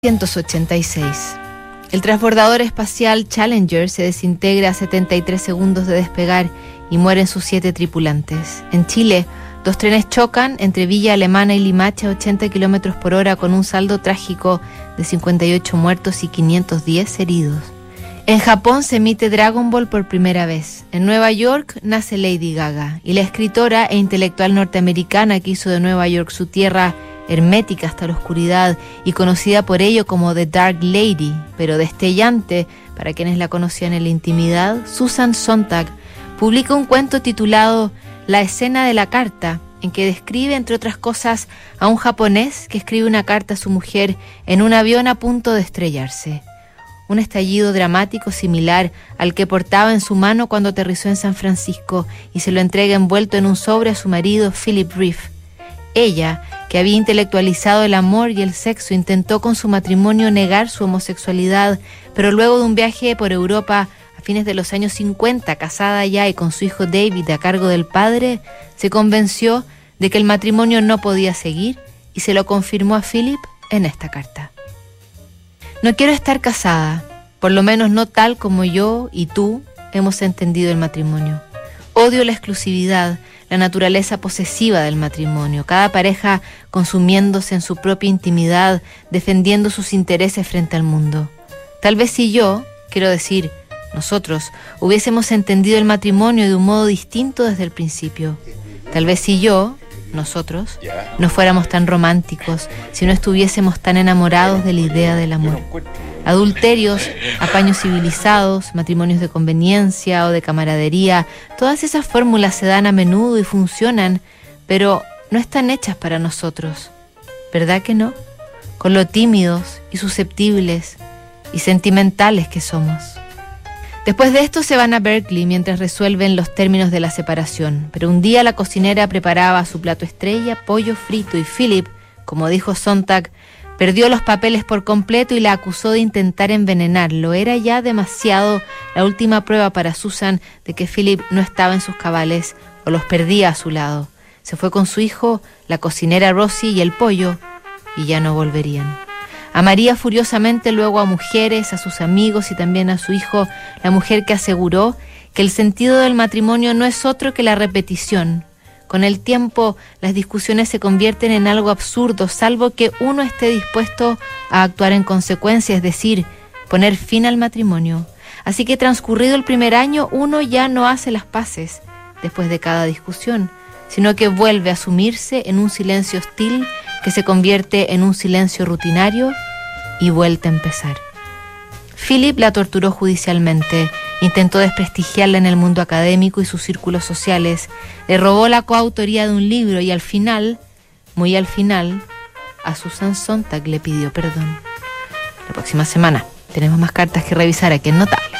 1986. El transbordador espacial Challenger se desintegra a 73 segundos de despegar y mueren sus 7 tripulantes. En Chile, 2 trenes chocan entre Villa Alemana y Limache a 80 km por hora con un saldo trágico de 58 muertos y 510 heridos. En Japón se emite Dragon Ball por primera vez. En Nueva York nace Lady Gaga y la escritora e intelectual norteamericana que hizo de Nueva York su tierra hermética hasta la oscuridad y conocida por ello como The Dark Lady, pero destellante para quienes la conocían en la intimidad, Susan Sontag publica un cuento titulado La escena de la carta, en que describe, entre otras cosas, a un japonés que escribe una carta a su mujer en un avión a punto de estrellarse. Un estallido dramático similar al que portaba en su mano cuando aterrizó en San Francisco y se lo entrega envuelto en un sobre a su marido Philip Reeve. Ella, que había intelectualizado el amor y el sexo, intentó con su matrimonio negar su homosexualidad, pero luego de un viaje por Europa a fines de los años 50, casada ya y con su hijo David a cargo del padre, se convenció de que el matrimonio no podía seguir y se lo confirmó a Philip en esta carta. No quiero estar casada, por lo menos no tal como yo y tú hemos entendido el matrimonio. Odio la exclusividad, la naturaleza posesiva del matrimonio, cada pareja consumiéndose en su propia intimidad, defendiendo sus intereses frente al mundo. Tal vez si yo, quiero decir, nosotros, hubiésemos entendido el matrimonio de un modo distinto desde el principio. Tal vez si yo, nosotros, no fuéramos tan románticos, si no estuviésemos tan enamorados de la idea del amor. Adulterios, apaños civilizados, matrimonios de conveniencia o de camaradería, todas esas fórmulas se dan a menudo y funcionan, pero no están hechas para nosotros. ¿Verdad que no? Con lo tímidos y susceptibles y sentimentales que somos. Después de esto se van a Berkeley mientras resuelven los términos de la separación, pero un día la cocinera preparaba su plato estrella, pollo frito, y Philip, como dijo Sontag, perdió los papeles por completo y la acusó de intentar envenenarlo. Era ya demasiado, la última prueba para Susan de que Philip no estaba en sus cabales o los perdía a su lado. Se fue con su hijo, la cocinera Rosie y el pollo, y ya no volverían. Amaría furiosamente luego a mujeres, a sus amigos y también a su hijo, la mujer que aseguró que el sentido del matrimonio no es otro que la repetición. Con el tiempo, las discusiones se convierten en algo absurdo, salvo que uno esté dispuesto a actuar en consecuencia, es decir, poner fin al matrimonio. Así que transcurrido el primer año, uno ya no hace las paces después de cada discusión, sino que vuelve a sumirse en un silencio hostil que se convierte en un silencio rutinario y vuelve a empezar. Philip la torturó judicialmente, intentó desprestigiarla en el mundo académico y sus círculos sociales, le robó la coautoría de un libro y al final, muy al final, a Susan Sontag le pidió perdón. La próxima semana tenemos más cartas que revisar aquí en Notable.